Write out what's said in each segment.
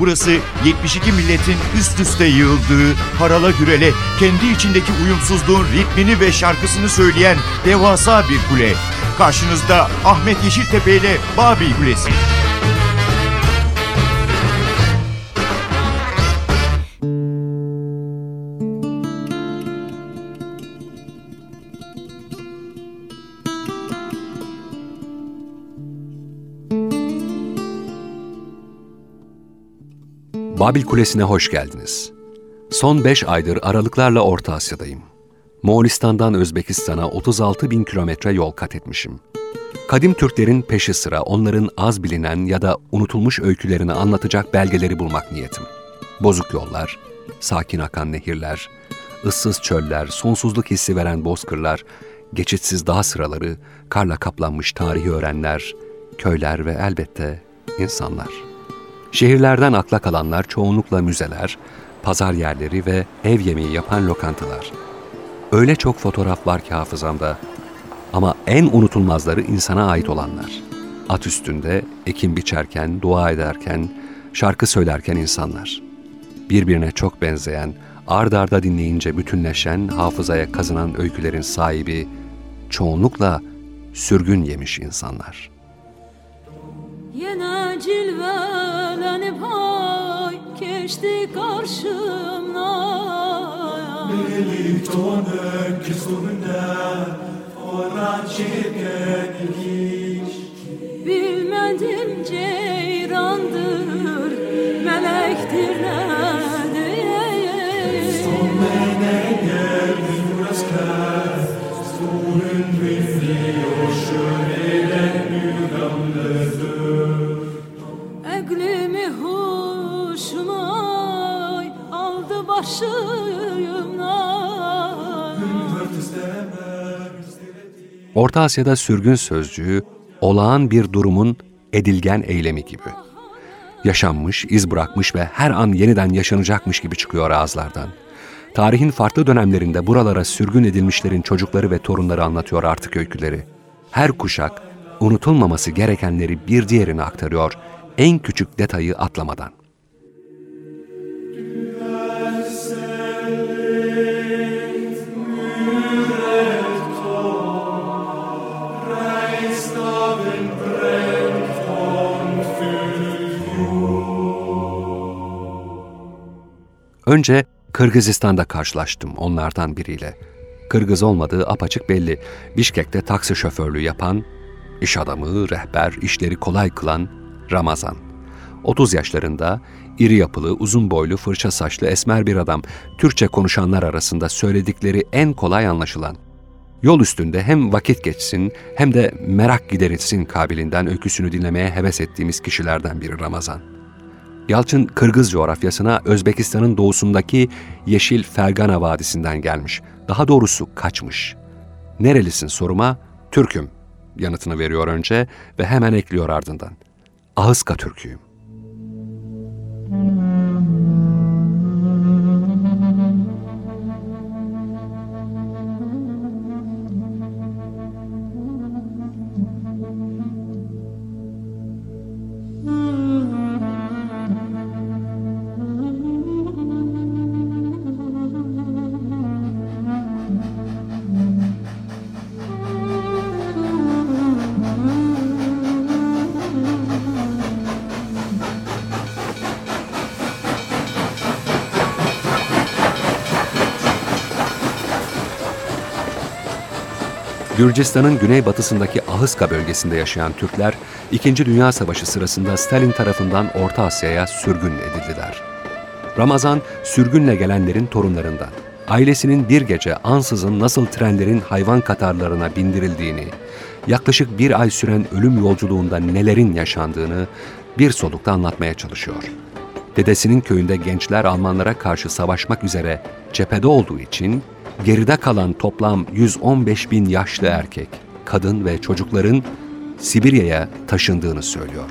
Burası 72 milletin üst üste yığıldığı, harala gürele, kendi içindeki uyumsuzluğun ritmini ve şarkısını söyleyen devasa bir kule. Karşınızda Ahmet Yeşiltepe ile Babil Kulesi. Babil Kulesi'ne hoş geldiniz. Son 5 aydır aralıklarla Orta Asya'dayım. Moğolistan'dan Özbekistan'a 36.000 kilometre yol kat etmişim. Kadim Türklerin peşi sıra onların az bilinen ya da unutulmuş öykülerini anlatacak belgeleri bulmak niyetim. Bozuk yollar, sakin akan nehirler, ıssız çöller, sonsuzluk hissi veren bozkırlar, geçitsiz dağ sıraları, karla kaplanmış tarihi öğrenler, köyler ve elbette insanlar. Şehirlerden akla kalanlar çoğunlukla müzeler, pazar yerleri ve ev yemeği yapan lokantalar. Öyle çok fotoğraf var ki hafızamda. Ama en unutulmazları insana ait olanlar. At üstünde, ekin biçerken, dua ederken, şarkı söylerken insanlar. Birbirine çok benzeyen, ard arda dinleyince bütünleşen, hafızaya kazınan öykülerin sahibi, çoğunlukla sürgün yemiş insanlar. Yine cilvelenip ay geçti karşımdan. Birlik tonek üstünde oran çirken ilginç. Bilmedim ceyrandır, melektir nedir? Son mene geldin rastlar, sorun bilmiyor şöyle mügamledir. Eglimi huşuma aldı başımdan. Orta Asya'da sürgün sözcüğü, olağan bir durumun edilgen eylemi gibi. Yaşanmış, iz bırakmış ve her an yeniden yaşanacakmış gibi çıkıyor ağızlardan. Tarihin farklı dönemlerinde buralara sürgün edilmişlerin çocukları ve torunları anlatıyor artık öyküleri. Her kuşak, unutulmaması gerekenleri bir diğerine aktarıyor, en küçük detayı atlamadan. Önce Kırgızistan'da karşılaştım onlardan biriyle. Kırgız olmadığı apaçık belli. Bişkek'te taksi şoförlüğü yapan, iş adamı, rehber, işleri kolay kılan Ramazan. 30 yaşlarında, iri yapılı, uzun boylu, fırça saçlı, esmer bir adam. Türkçe konuşanlar arasında söyledikleri en kolay anlaşılan. Yol üstünde hem vakit geçsin hem de merak giderilsin kabilinden öyküsünü dinlemeye heves ettiğimiz kişilerden biri Ramazan. Yalçın, Kırgız coğrafyasına Özbekistan'ın doğusundaki Yeşil Fergana Vadisi'nden gelmiş. Daha doğrusu kaçmış. Nerelisin soruma, Türk'üm yanıtını veriyor önce ve hemen ekliyor ardından. Ahıska Türk'üyüm. Gürcistan'ın güneybatısındaki Ahıska bölgesinde yaşayan Türkler, 2. Dünya Savaşı sırasında Stalin tarafından Orta Asya'ya sürgün edildiler. Ramazan, sürgünle gelenlerin torunlarından. Ailesinin bir gece ansızın nasıl trenlerin hayvan katarlarına bindirildiğini, yaklaşık 1 ay süren ölüm yolculuğunda nelerin yaşandığını bir solukta anlatmaya çalışıyor. Dedesinin köyünde gençler Almanlara karşı savaşmak üzere cephede olduğu için, geride kalan toplam 115.000 yaşlı erkek, kadın ve çocukların Sibirya'ya taşındığını söylüyor.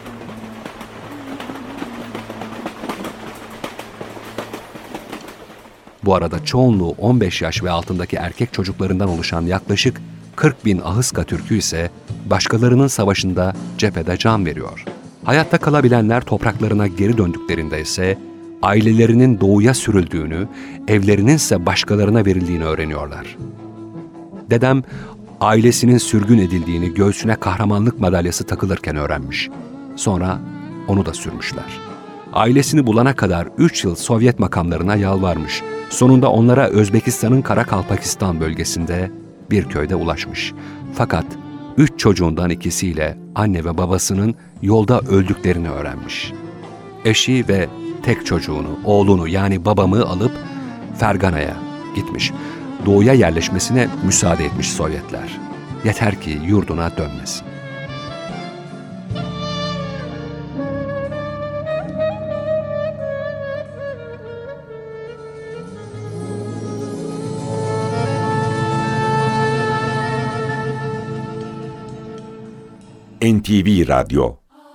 Bu arada çoğunluğu 15 yaş ve altındaki erkek çocuklarından oluşan yaklaşık 40.000 Ahıska Türk'ü ise başkalarının savaşında cephede can veriyor. Hayatta kalabilenler topraklarına geri döndüklerinde ise ailelerinin doğuya sürüldüğünü, evlerinin ise başkalarına verildiğini öğreniyorlar. Dedem, ailesinin sürgün edildiğini göğsüne kahramanlık madalyası takılırken öğrenmiş. Sonra onu da sürmüşler. Ailesini bulana kadar 3 yıl Sovyet makamlarına yalvarmış. Sonunda onlara Özbekistan'ın Karakalpakistan bölgesinde bir köyde ulaşmış. Fakat 3 çocuğundan ikisiyle anne ve babasının yolda öldüklerini öğrenmiş. Eşi ve tek çocuğunu, oğlunu yani babamı alıp Fergana'ya gitmiş. Doğuya yerleşmesine müsaade etmiş Sovyetler. Yeter ki yurduna dönmesin. NTV Radyo.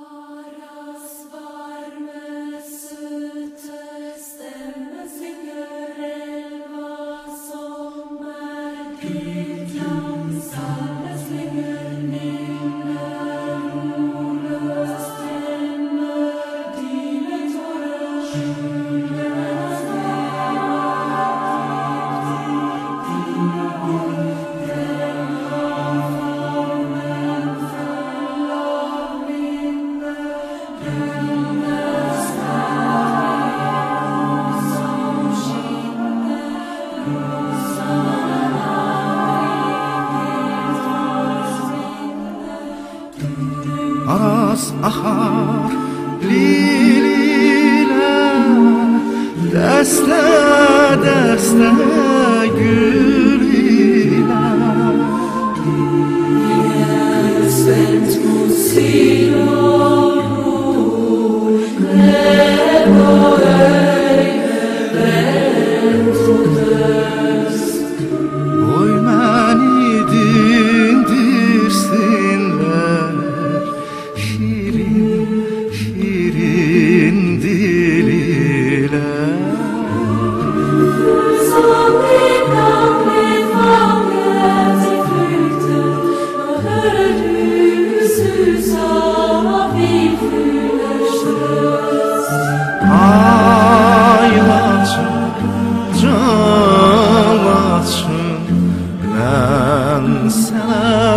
Aras ahar lililer, deste deste güliler. Sent musiloru oy məni dindirsinlər, şirin şirin dililer. Ben sana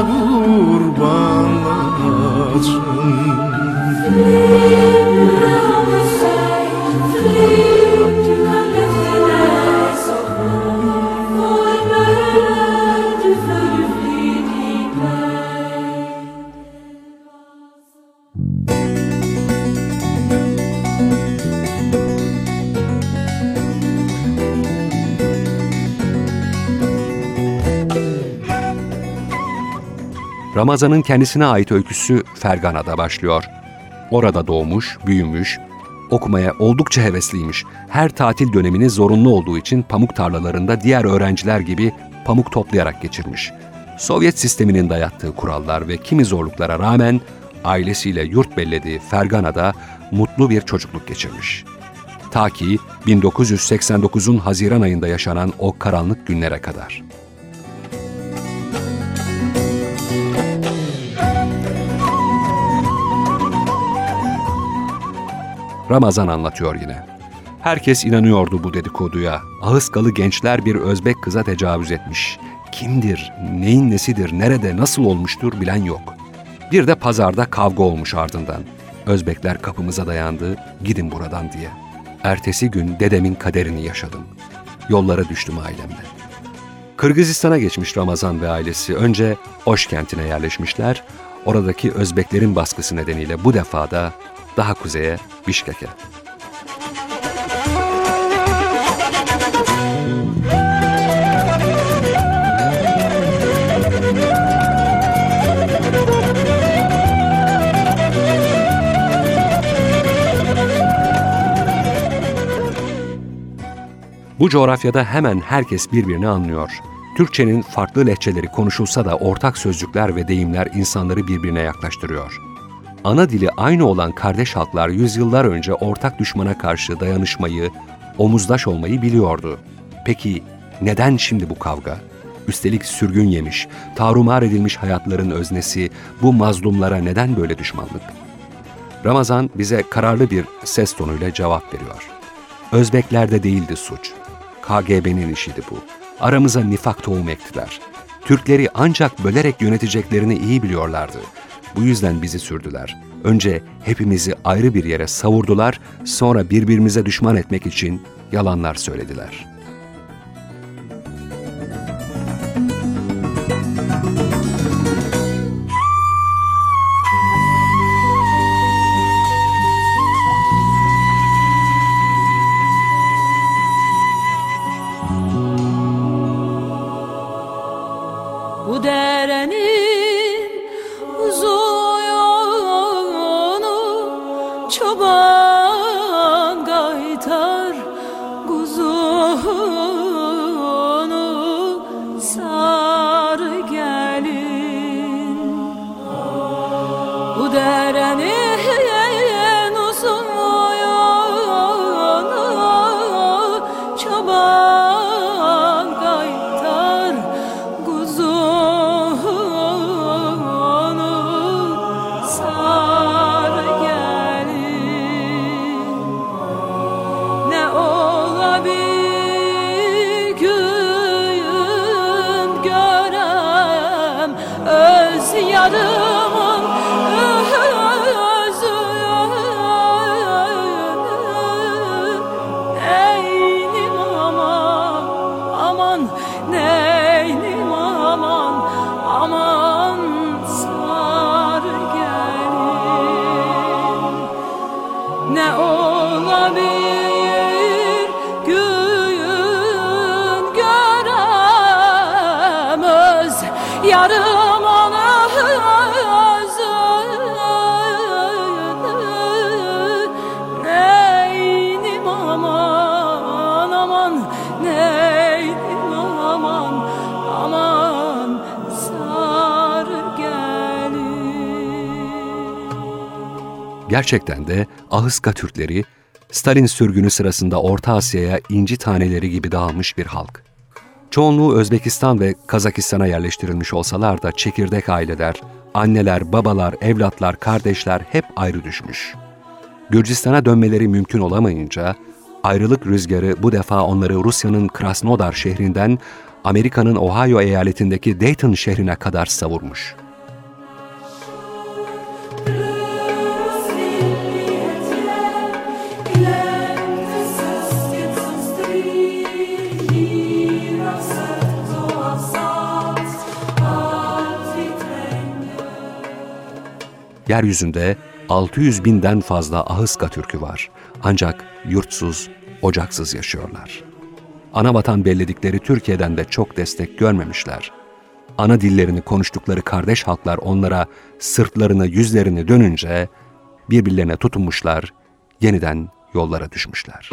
Ramazan'ın kendisine ait öyküsü Fergana'da başlıyor. Orada doğmuş, büyümüş, okumaya oldukça hevesliymiş. Her tatil dönemini zorunlu olduğu için pamuk tarlalarında diğer öğrenciler gibi pamuk toplayarak geçirmiş. Sovyet sisteminin dayattığı kurallar ve kimi zorluklara rağmen ailesiyle yurt bellediği Fergana'da mutlu bir çocukluk geçirmiş. Ta ki 1989'un Haziran ayında yaşanan o karanlık günlere kadar. Ramazan anlatıyor yine. Herkes inanıyordu bu dedikoduya. Ağızkalı gençler bir Özbek kıza tecavüz etmiş. Kimdir, neyin nesidir, nerede, nasıl olmuştur bilen yok. Bir de pazarda kavga olmuş ardından. Özbekler kapımıza dayandı, gidin buradan diye. Ertesi gün dedemin kaderini yaşadım. Yollara düştüm ailemle. Kırgızistan'a geçmiş Ramazan ve ailesi. Önce Oş kentine yerleşmişler. Oradaki Özbeklerin baskısı nedeniyle bu defa da daha kuzeye Bişkek'e. Bu coğrafyada hemen herkes birbirini anlıyor. Türkçenin farklı lehçeleri konuşulsa da ortak sözcükler ve deyimler insanları birbirine yaklaştırıyor. Ana dili aynı olan kardeş halklar yüzyıllar önce ortak düşmana karşı dayanışmayı, omuzdaş olmayı biliyordu. Peki neden şimdi bu kavga? Üstelik sürgün yemiş, tarumar edilmiş hayatların öznesi bu mazlumlara neden böyle düşmanlık? Ramazan bize kararlı bir ses tonuyla cevap veriyor. Özbeklerde değildi suç. KGB'nin işiydi bu. Aramıza nifak tohum ektiler. Türkleri ancak bölerek yöneteceklerini iyi biliyorlardı. Bu yüzden bizi sürdüler. Önce hepimizi ayrı bir yere savurdular, sonra birbirimize düşman etmek için yalanlar söylediler. Bu derenin uzun yolu çoban kaytar kuzunu sarı gelin. Bu derenin uzun yolu çoban kaytar yarımın özü neynim aman aman neynim aman aman sarı gelin ne olabilir gün görem öz yarımın neynim aman aman neynim aman aman sarı gelin. Gerçekten de Ahıska Türkleri, Stalin sürgünü sırasında Orta Asya'ya inci taneleri gibi dağılmış bir halk. Çoğunluğu Özbekistan ve Kazakistan'a yerleştirilmiş olsalar da çekirdek aileler, anneler, babalar, evlatlar, kardeşler hep ayrı düşmüş. Gürcistan'a dönmeleri mümkün olamayınca, ayrılık rüzgarı bu defa onları Rusya'nın Krasnodar şehrinden Amerika'nın Ohio eyaletindeki Dayton şehrine kadar savurmuş. Yeryüzünde 600 binden fazla Ahıska Türk'ü var. Ancak yurtsuz, ocaksız yaşıyorlar. Ana vatan belledikleri Türkiye'den de çok destek görmemişler. Ana dillerini konuştukları kardeş halklar onlara sırtlarını, yüzlerini dönünce birbirlerine tutunmuşlar, yeniden yollara düşmüşler.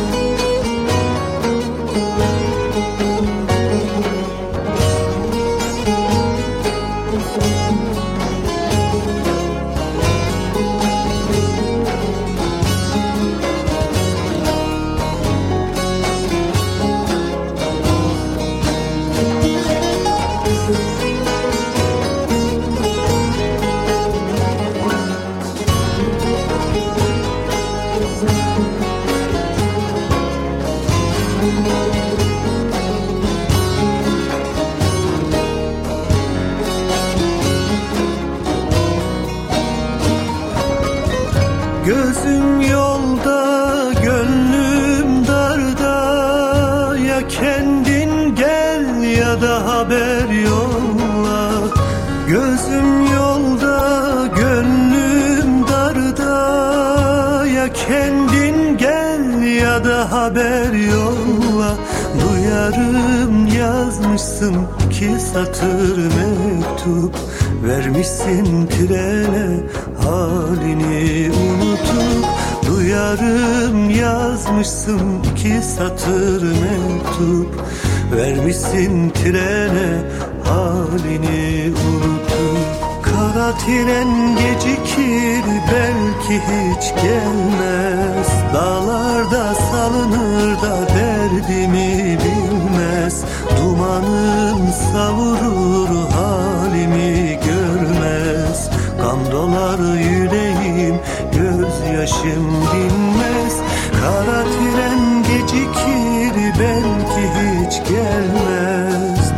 Gözüm yolda, gönlüm darda. Ya kendin gel ya da haber yolla. Gözüm yolda, gönlüm darda. Ya kendin gel ya da haber yolla. Duyarım yazmışsın 2 satır mektup. Vermişsin trene halini unutup. Duyarım yazmışsın 2 satır mektup. Vermişsin trene halini unutup. Kara tren gecikir belki hiç gelmez. Dağlarda salınır da derdimi bilmez. Dumanın savurur halimi görmez. Kan dolar yüreğim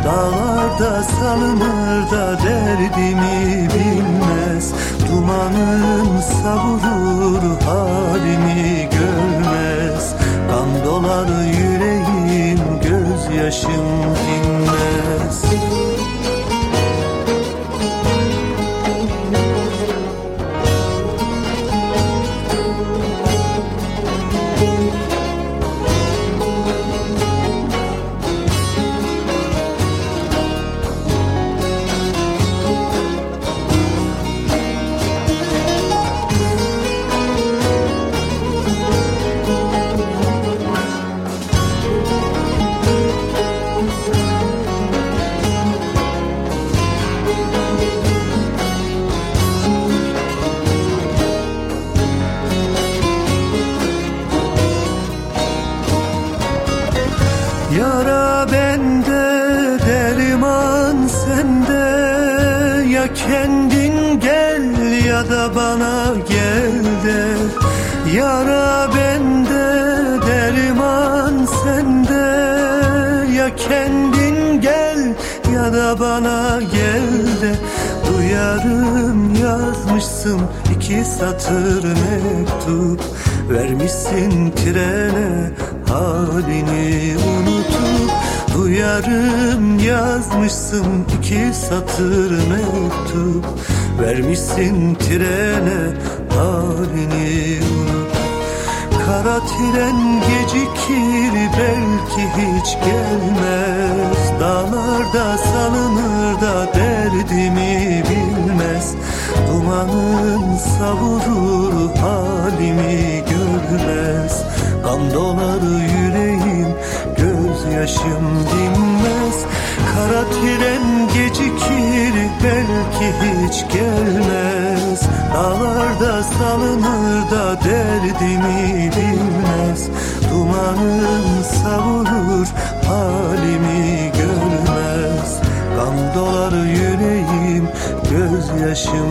Dağlarda salınır da derdimi bilmez. Dumanın savurur halimi görmez. Kan dolar yüreğim, gözyaşım dinmez. Yara bende, derman sende. Ya kendin gel ya da bana gel de. Yara bende, derman sende. Ya kendin gel ya da bana gel de. Duyarım yazmışsın 2 satır mektup. Vermişsin trene halini unutup. Duyarım yazmışsın 2 satır mektup. Vermişsin trene halini unutup. Kara tren gecikir belki hiç gelmez. Dağlarda salınır da derdimi bilmez. Dumanın savurur halimi görmez. Kan dolar yüreğim, gözyaşım dinmez. Kara tren gecikir belki hiç gelmez. Dağlarda salınır da derdimi bilmez. Dumanın savurur halimi görmez. Kan dolar yüreğim, gözyaşım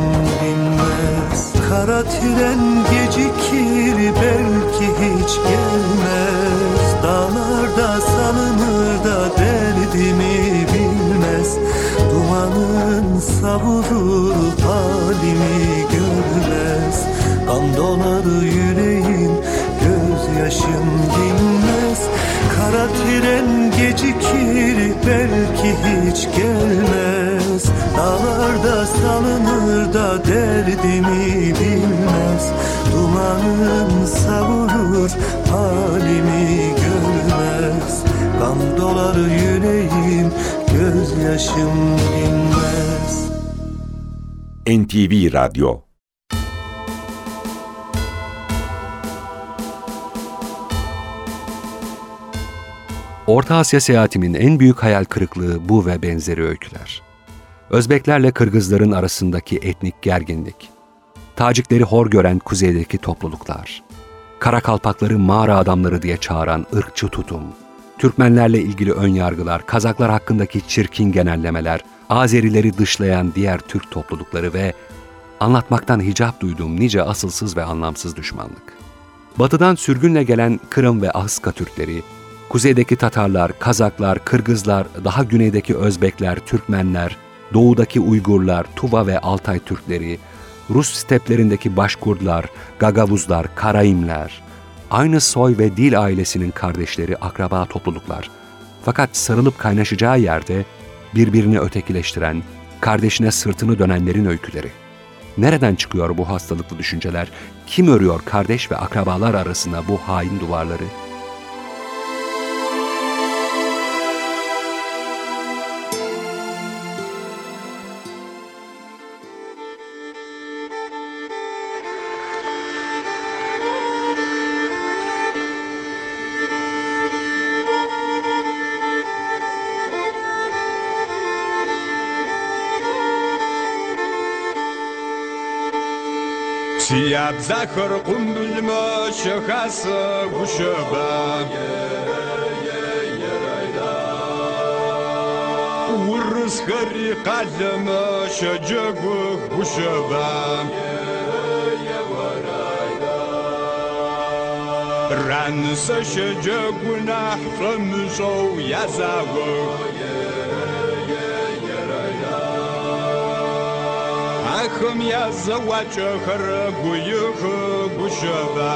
dinmez. Kara tren gecikir belki hiç gelmez. Dağlarda salınır da derdimi bilmez. Dumanın savurur halimi görmez. Kan dolar yüreğim, gözyaşım dinmez. Kara tren gecikir belki hiç gelmez. Dağlarda salınır da derdimi bilmez. Dumanın savurur halimi görmez. Kan dolar yüreğim, gözyaşım dinmez. NTV Radyo. Orta Asya seyahatimin en büyük hayal kırıklığı bu ve benzeri öyküler. Özbeklerle Kırgızların arasındaki etnik gerginlik, Tacikleri hor gören kuzeydeki topluluklar, Karakalpakları mağara adamları diye çağıran ırkçı tutum, Türkmenlerle ilgili önyargılar, Kazaklar hakkındaki çirkin genellemeler, Azerileri dışlayan diğer Türk toplulukları ve anlatmaktan hicap duyduğum nice asılsız ve anlamsız düşmanlık. Batıdan sürgünle gelen Kırım ve Ahıska Türkleri, kuzeydeki Tatarlar, Kazaklar, Kırgızlar, daha güneydeki Özbekler, Türkmenler, doğudaki Uygurlar, Tuva ve Altay Türkleri, Rus steplerindeki Başkurdlar, Gagavuzlar, Karaimler, aynı soy ve dil ailesinin kardeşleri, akraba topluluklar. Fakat sarılıp kaynaşacağı yerde birbirini ötekileştiren, kardeşine sırtını dönenlerin öyküleri. Nereden çıkıyor bu hastalıklı düşünceler? Kim örüyor kardeş ve akrabalar arasına bu hain duvarları? Siyab zakır kundulma şakası kuşaba Urus kari kalma şacagu kuşaba Ransa şacagu nahfamso yazagu Ахым язэуакӏэхэр гуих гущэба.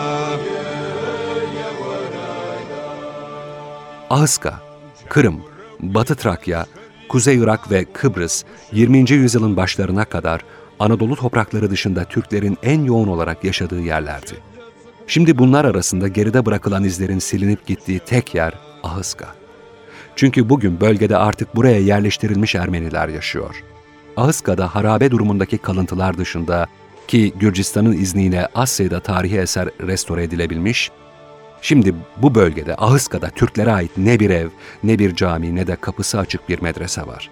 Ahıska, Kırım, Batı Trakya, Kuzey Irak ve Kıbrıs 20. yüzyılın başlarına kadar Anadolu toprakları dışında Türklerin en yoğun olarak yaşadığı yerlerdi. Şimdi bunlar arasında geride bırakılan izlerin silinip gittiği tek yer Ahıska. Çünkü bugün bölgede artık buraya yerleştirilmiş Ermeniler yaşıyor. Ahıska'da harabe durumundaki kalıntılar dışında ki Gürcistan'ın izniyle az sayıda tarihi eser restore edilebilmiş, şimdi bu bölgede Ahıska'da Türklere ait ne bir ev, ne bir cami, ne de kapısı açık bir medrese var.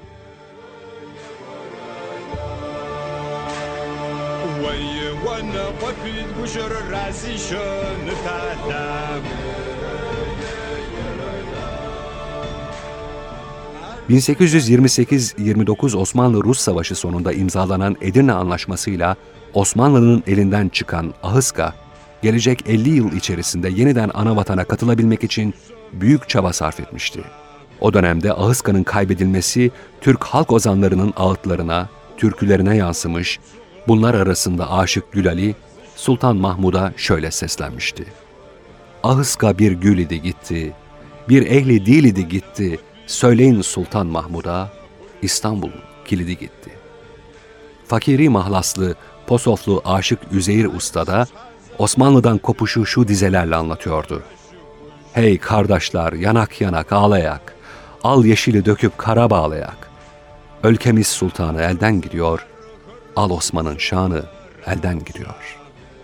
...1828-29 Osmanlı-Rus Savaşı sonunda imzalanan Edirne Anlaşması'yla Osmanlı'nın elinden çıkan Ahıska, gelecek 50 yıl içerisinde yeniden anavatana katılabilmek için büyük çaba sarf etmişti. O dönemde Ahıska'nın kaybedilmesi Türk halk ozanlarının ağıtlarına, türkülerine yansımış, bunlar arasında Aşık Gülali, Sultan Mahmud'a şöyle seslenmişti. Ahıska bir gül idi gitti, bir ehli dil idi gitti, söyleyin Sultan Mahmud'a, İstanbul kilidi gitti. Fakiri mahlaslı, Posoflu Aşık Üzeyir Usta da Osmanlı'dan kopuşu şu dizelerle anlatıyordu. Hey kardeşler yanak yanak ağlayak, al yeşili döküp kara bağlayak. Ülkemiz sultanı elden gidiyor, al Osman'ın şanı elden gidiyor.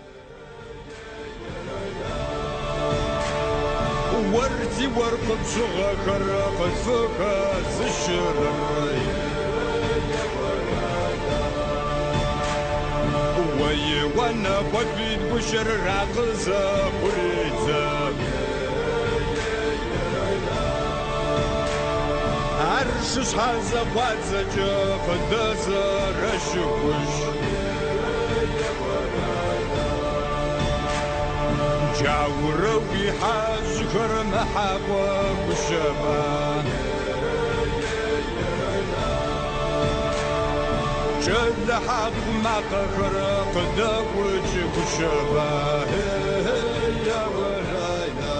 وانا قبيد بشر راقزة بريزة عرشش حازة قوازة جاف دازة رشوش جاوروي حاج كرم حقا بشبان جد حق ما قهرق دقوج بشباه يا ورايا.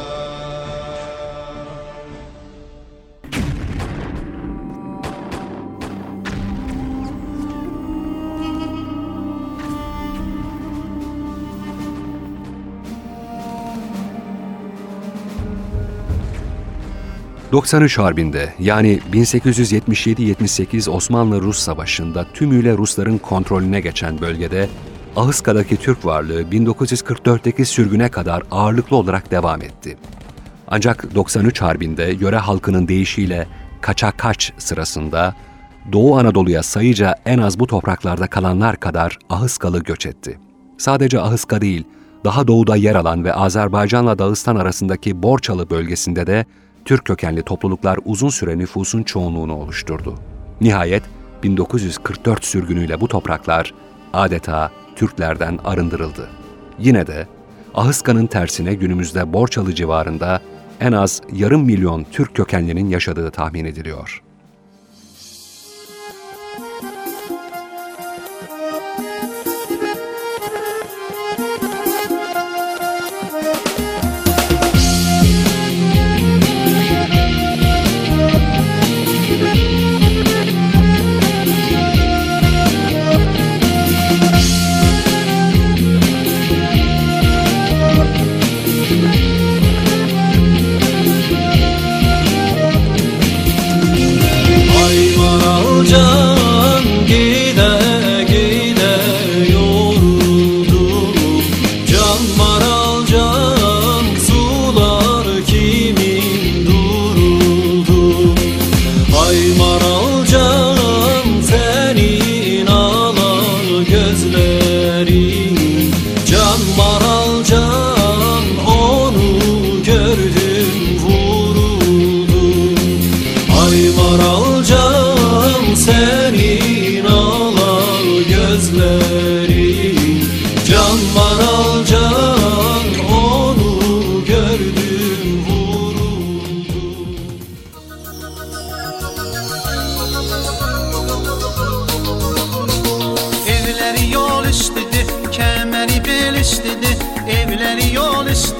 ...93 Harbi'nde yani 1877-78 Osmanlı-Rus Savaşı'nda tümüyle Rusların kontrolüne geçen bölgede Ahıska'daki Türk varlığı 1944'teki sürgüne kadar ağırlıklı olarak devam etti. Ancak 93 Harbi'nde yöre halkının deyişiyle kaçak sırasında Doğu Anadolu'ya sayıca en az bu topraklarda kalanlar kadar Ahıskalı göç etti. Sadece Ahıska değil, daha doğuda yer alan ve Azerbaycan'la Dağıstan arasındaki Borçalı bölgesinde de Türk kökenli topluluklar uzun süre nüfusun çoğunluğunu oluşturdu. Nihayet 1944 sürgünüyle bu topraklar adeta Türklerden arındırıldı. Yine de Ahıska'nın tersine günümüzde Borçalı civarında en az 500.000 Türk kökenlinin yaşadığı tahmin ediliyor.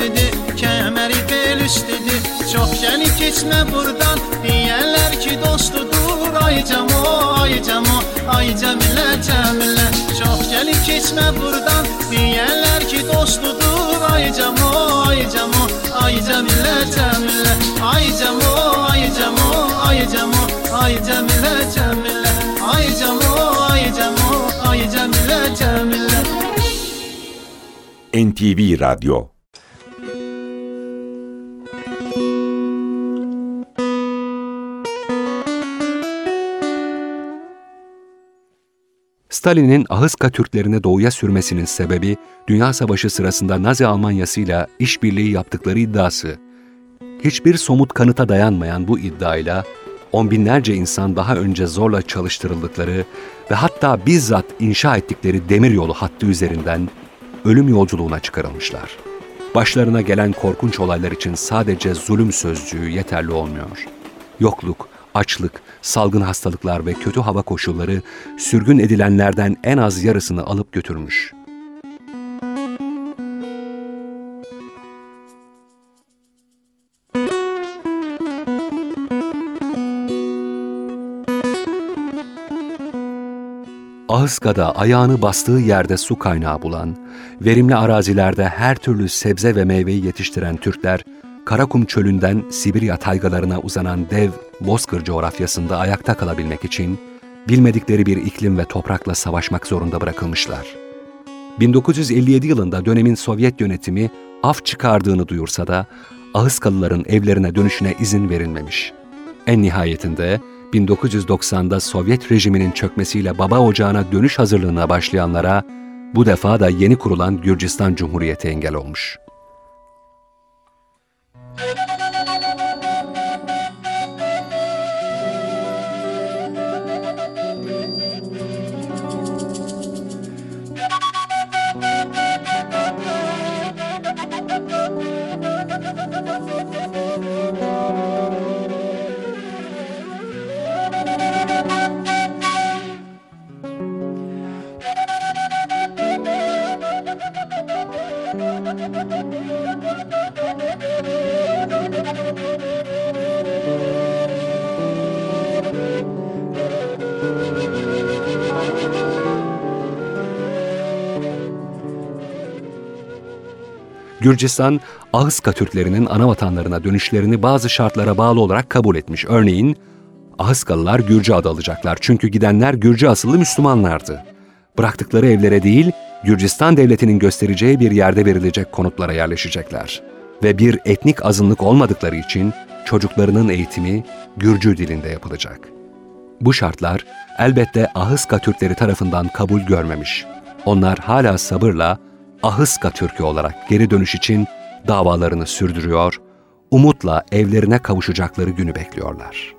üstüdür, kəməri bel üstüdür. Çox gəlib keçmə burdan, deyərlər ki dostudur. Ay Camo, ay Camo, ay Cəmilə, Cəmilə. Çox gəlib keçmə burdan, deyərlər ki dostudur. Ay Camo, ay Camo, ay Cəmilə, Cəmilə. Ay Camo, ay Camo, ay Camo, ay Cəmilə, Cəmilə. Ay Camo, ay Camo, ay Cəmilə, Cəmilə. NTV Radyo. Stalin'in Ahıska Türklerini doğuya sürmesinin sebebi, Dünya Savaşı sırasında Nazi Almanyası'yla işbirliği yaptıkları iddiası. Hiçbir somut kanıta dayanmayan bu iddiayla, on binlerce insan daha önce zorla çalıştırıldıkları ve hatta bizzat inşa ettikleri demiryolu hattı üzerinden ölüm yolculuğuna çıkarılmışlar. Başlarına gelen korkunç olaylar için sadece zulüm sözcüğü yeterli olmuyor. Yokluk, açlık, salgın hastalıklar ve kötü hava koşulları sürgün edilenlerden en az yarısını alıp götürmüş. Ahıska'da ayağını bastığı yerde su kaynağı bulan, verimli arazilerde her türlü sebze ve meyveyi yetiştiren Türkler, Karakum Çölü'nden Sibirya taygalarına uzanan dev Bozkır coğrafyasında ayakta kalabilmek için bilmedikleri bir iklim ve toprakla savaşmak zorunda bırakılmışlar. 1957 yılında dönemin Sovyet yönetimi af çıkardığını duyursa da Ahıskalıların evlerine dönüşüne izin verilmemiş. En nihayetinde 1990'da Sovyet rejiminin çökmesiyle baba ocağına dönüş hazırlığına başlayanlara bu defa da yeni kurulan Gürcistan Cumhuriyeti engel olmuş. Gürcistan, Ahıska Türklerinin anavatanlarına dönüşlerini bazı şartlara bağlı olarak kabul etmiş. Örneğin, Ahıskalılar Gürcü adı alacaklar çünkü gidenler Gürcü asıllı Müslümanlardı. Bıraktıkları evlere değil, Gürcistan devletinin göstereceği bir yerde verilecek konutlara yerleşecekler. Ve bir etnik azınlık olmadıkları için çocuklarının eğitimi Gürcü dilinde yapılacak. Bu şartlar elbette Ahıska Türkleri tarafından kabul görmemiş. Onlar hala sabırla Ahıska Türkü olarak geri dönüş için davalarını sürdürüyor, umutla evlerine kavuşacakları günü bekliyorlar.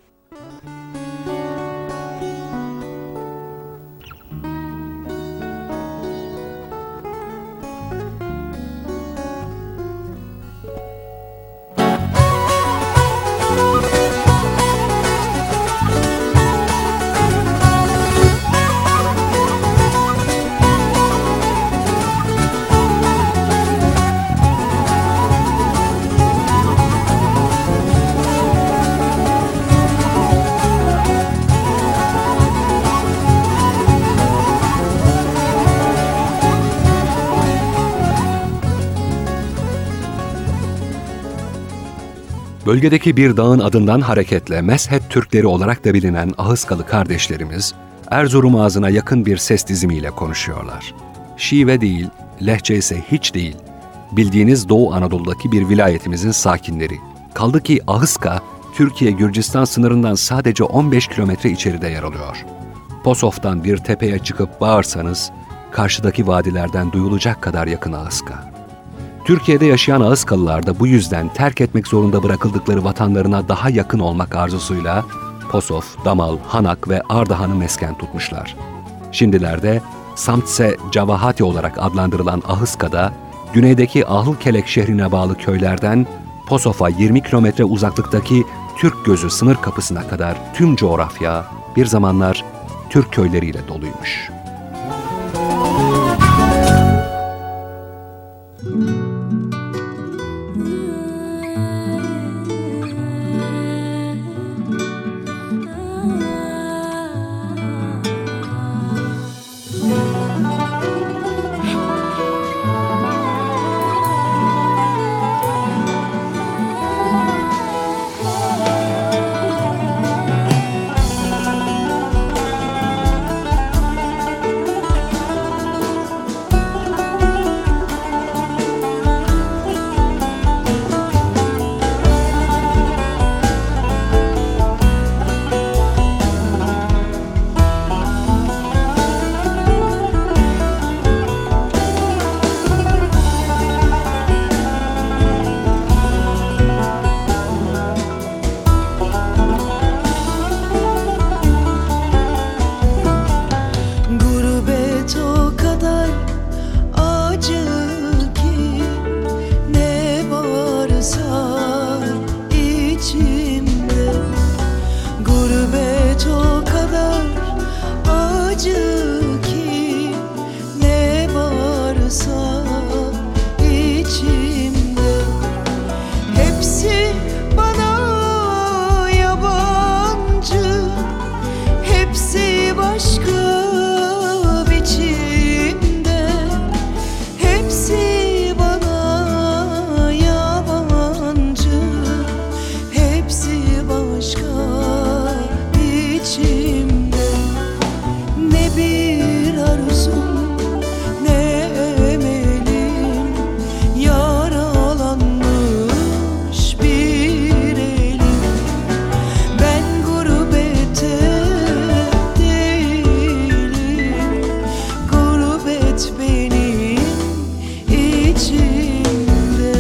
Bölgedeki bir dağın adından hareketle Meshet Türkleri olarak da bilinen Ahıskalı kardeşlerimiz, Erzurum ağzına yakın bir ses dizimiyle konuşuyorlar. Şive değil, lehçe ise hiç değil. Bildiğiniz Doğu Anadolu'daki bir vilayetimizin sakinleri. Kaldı ki Ahıska, Türkiye-Gürcistan sınırından sadece 15 kilometre içeride yer alıyor. Posof'tan bir tepeye çıkıp bağırsanız, karşıdaki vadilerden duyulacak kadar yakın Ahıska. Türkiye'de yaşayan Ahıskalılar da bu yüzden terk etmek zorunda bırakıldıkları vatanlarına daha yakın olmak arzusuyla Posof, Damal, Hanak ve Ardahan'ı mesken tutmuşlar. Şimdilerde Samtse Cavahati olarak adlandırılan Ahıska'da, güneydeki Ahılkelek şehrine bağlı köylerden Posof'a 20 kilometre uzaklıktaki Türkgözü sınır kapısına kadar tüm coğrafya bir zamanlar Türk köyleriyle doluymuş. hepsi başka biçimde, hepsi bana yabancı, hepsi başka biçimde. Ne bir arzum ne emelim, yaralanmış bir elim. Ben gurbette değilim, gurbet benim içimde.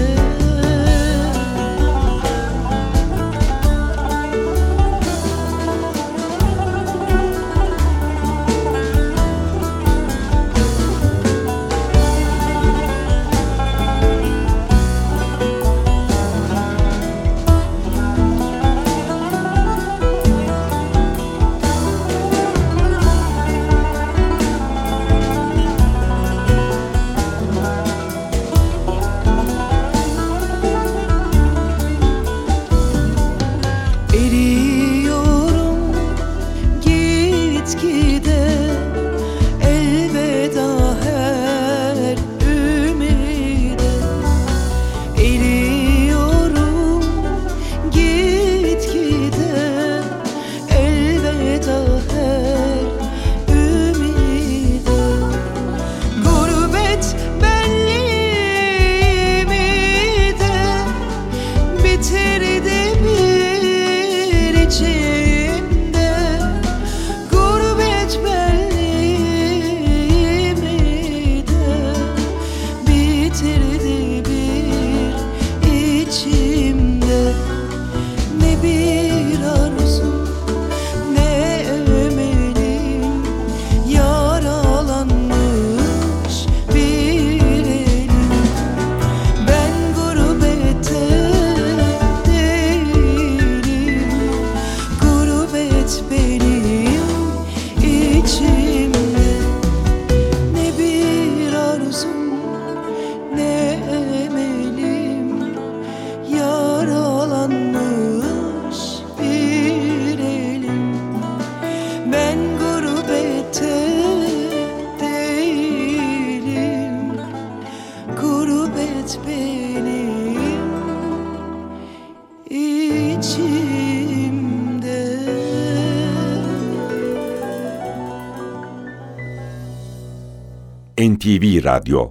Eriyorum gitgide, elveda her ümide. Eriyorum gitgide, elveda her ümide. Gurbet benliğimi de bitirdi bir içimde. Gurbet benliğimi de bitirdi bir içimde. Ne bir arzum ne emelim, yaralanmış bir elim. Ben gurbette değilim, gurbet benim içimde. Ne bir arzum ne emelim, yaralanmış bir elim. Ben gurbette değilim, gurbet benim içimde. NTV Radyo.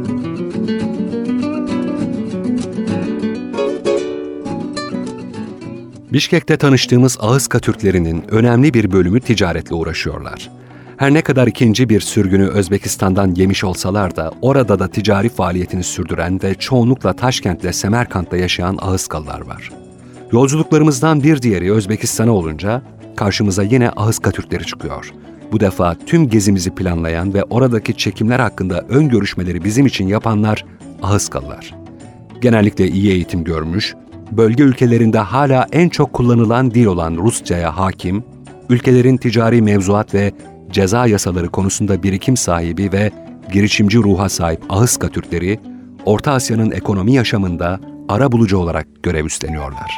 Bişkek'te tanıştığımız Ahıska Türklerinin önemli bir bölümü ticaretle uğraşıyorlar. Her ne kadar ikinci bir sürgünü Özbekistan'dan yemiş olsalar da orada da ticari faaliyetini sürdüren ve çoğunlukla Taşkent'le Semerkant'ta yaşayan Ahıskalılar var. Yolculuklarımızdan bir diğeri Özbekistan'a olunca karşımıza yine Ahıska Türkleri çıkıyor. Bu defa tüm gezimizi planlayan ve oradaki çekimler hakkında ön görüşmeleri bizim için yapanlar Ahıskalılar. Genellikle iyi eğitim görmüş, bölge ülkelerinde hala en çok kullanılan dil olan Rusça'ya hakim, ülkelerin ticari mevzuat ve ceza yasaları konusunda birikim sahibi ve girişimci ruha sahip Ahıska Türkleri, Orta Asya'nın ekonomi yaşamında arabulucu olarak görev üstleniyorlar.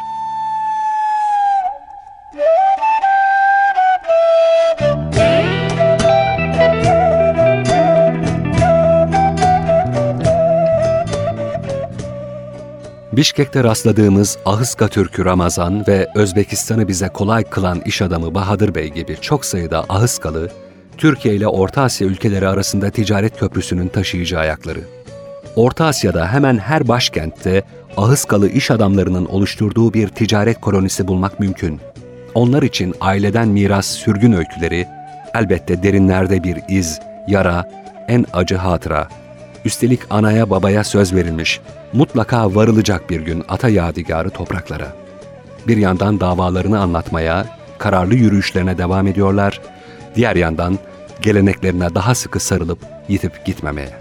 Bişkek'te rastladığımız Ahıska Türk'ü Ramazan ve Özbekistan'ı bize kolay kılan iş adamı Bahadır Bey gibi çok sayıda Ahıskalı, Türkiye ile Orta Asya ülkeleri arasında ticaret köprüsünün taşıyıcı ayakları. Orta Asya'da hemen her başkentte Ahıskalı iş adamlarının oluşturduğu bir ticaret kolonisi bulmak mümkün. Onlar için aileden miras sürgün öyküleri, elbette derinlerde bir iz, yara, en acı hatıra. Üstelik anaya babaya söz verilmiş, mutlaka varılacak bir gün ata yadigarı topraklara. Bir yandan davalarını anlatmaya, kararlı yürüyüşlerine devam ediyorlar, diğer yandan geleneklerine daha sıkı sarılıp yitip gitmemeye.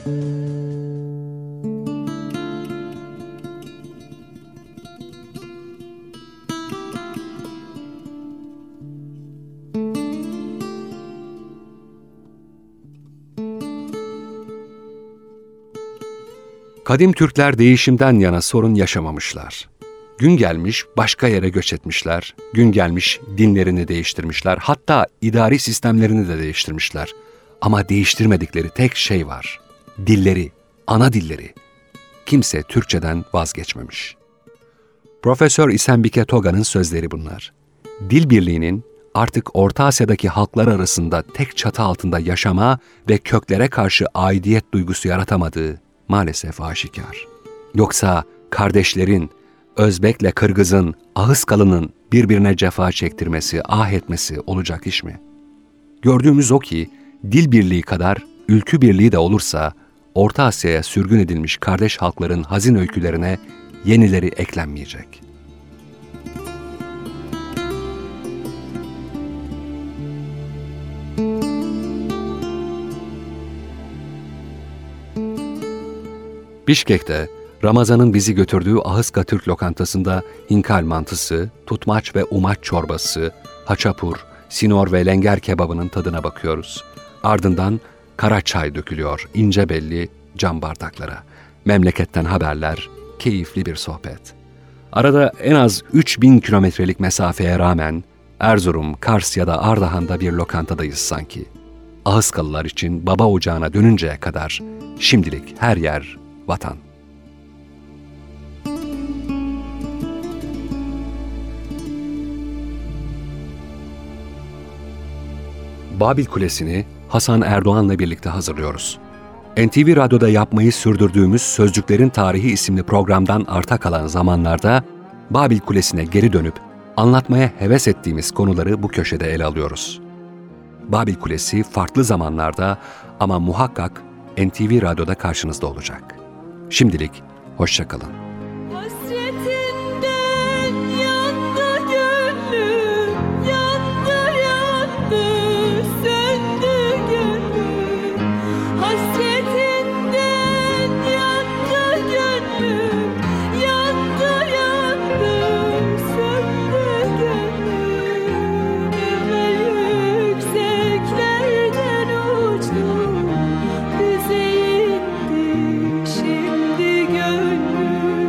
Kadim Türkler değişimden yana sorun yaşamamışlar. Gün gelmiş başka yere göç etmişler, gün gelmiş dinlerini değiştirmişler, hatta idari sistemlerini de değiştirmişler. Ama değiştirmedikleri tek şey var, dilleri, ana dilleri. Kimse Türkçeden vazgeçmemiş. Profesör İsenbike Toga'nın sözleri bunlar. Dil birliğinin artık Orta Asya'daki halklar arasında tek çatı altında yaşama ve köklere karşı aidiyet duygusu yaratamadığı maalesef aşikar. Yoksa kardeşlerin, Özbek'le Kırgız'ın, Ahıskalı'nın birbirine cefa çektirmesi, ah etmesi olacak iş mi? Gördüğümüz o ki, dil birliği kadar ülkü birliği de olursa, Orta Asya'ya sürgün edilmiş kardeş halkların hazin öykülerine yenileri eklenmeyecek. Bişkek'te Ramazan'ın bizi götürdüğü Ahıska Türk lokantasında hinkal mantısı, tutmaç ve umaç çorbası, haçapur, sinor ve lenger kebabının tadına bakıyoruz. Ardından kara çay dökülüyor ince belli cam bardaklara. Memleketten haberler, keyifli bir sohbet. Arada en az 3000 kilometrelik mesafeye rağmen Erzurum, Kars ya da Ardahan'da bir lokantadayız sanki. Ahıskalılar için baba ocağına dönünceye kadar şimdilik her yer vatan. Babil Kulesi'ni Hasan Erdoğan'la birlikte hazırlıyoruz. NTV Radyo'da yapmayı sürdürdüğümüz Sözcüklerin Tarihi isimli programdan arta kalan zamanlarda Babil Kulesi'ne geri dönüp anlatmaya heves ettiğimiz konuları bu köşede ele alıyoruz. Babil Kulesi farklı zamanlarda ama muhakkak NTV Radyo'da karşınızda olacak. Şimdilik hoşça kalın. Hasretinden yandı gönlüm, yandı yandı, söndü gönlüm. Hasretinden yandı gönlüm, yandı yandı, söndü gönlüm. Ve yükseklerden uçtum, bize indi şimdi gönlüm.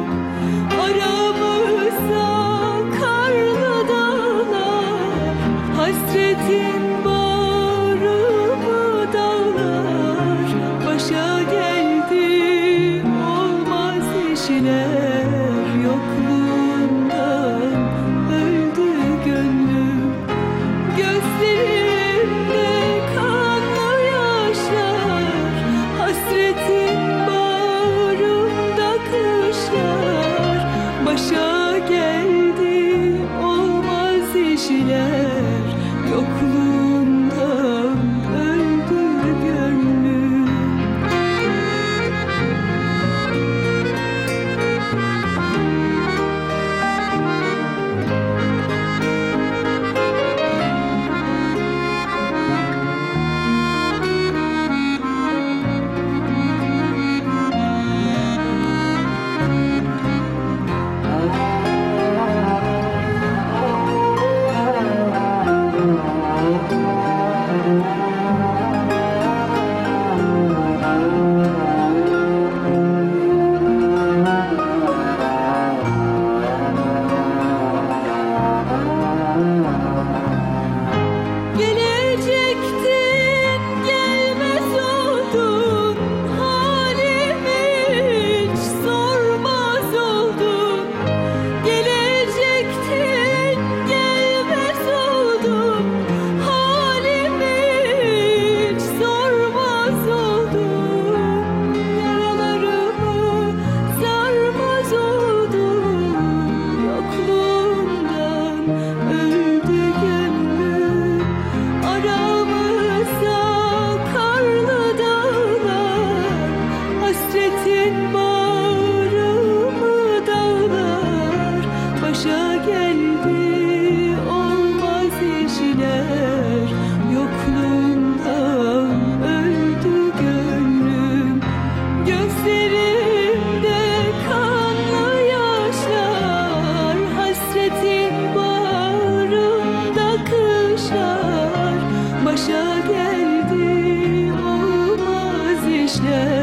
işler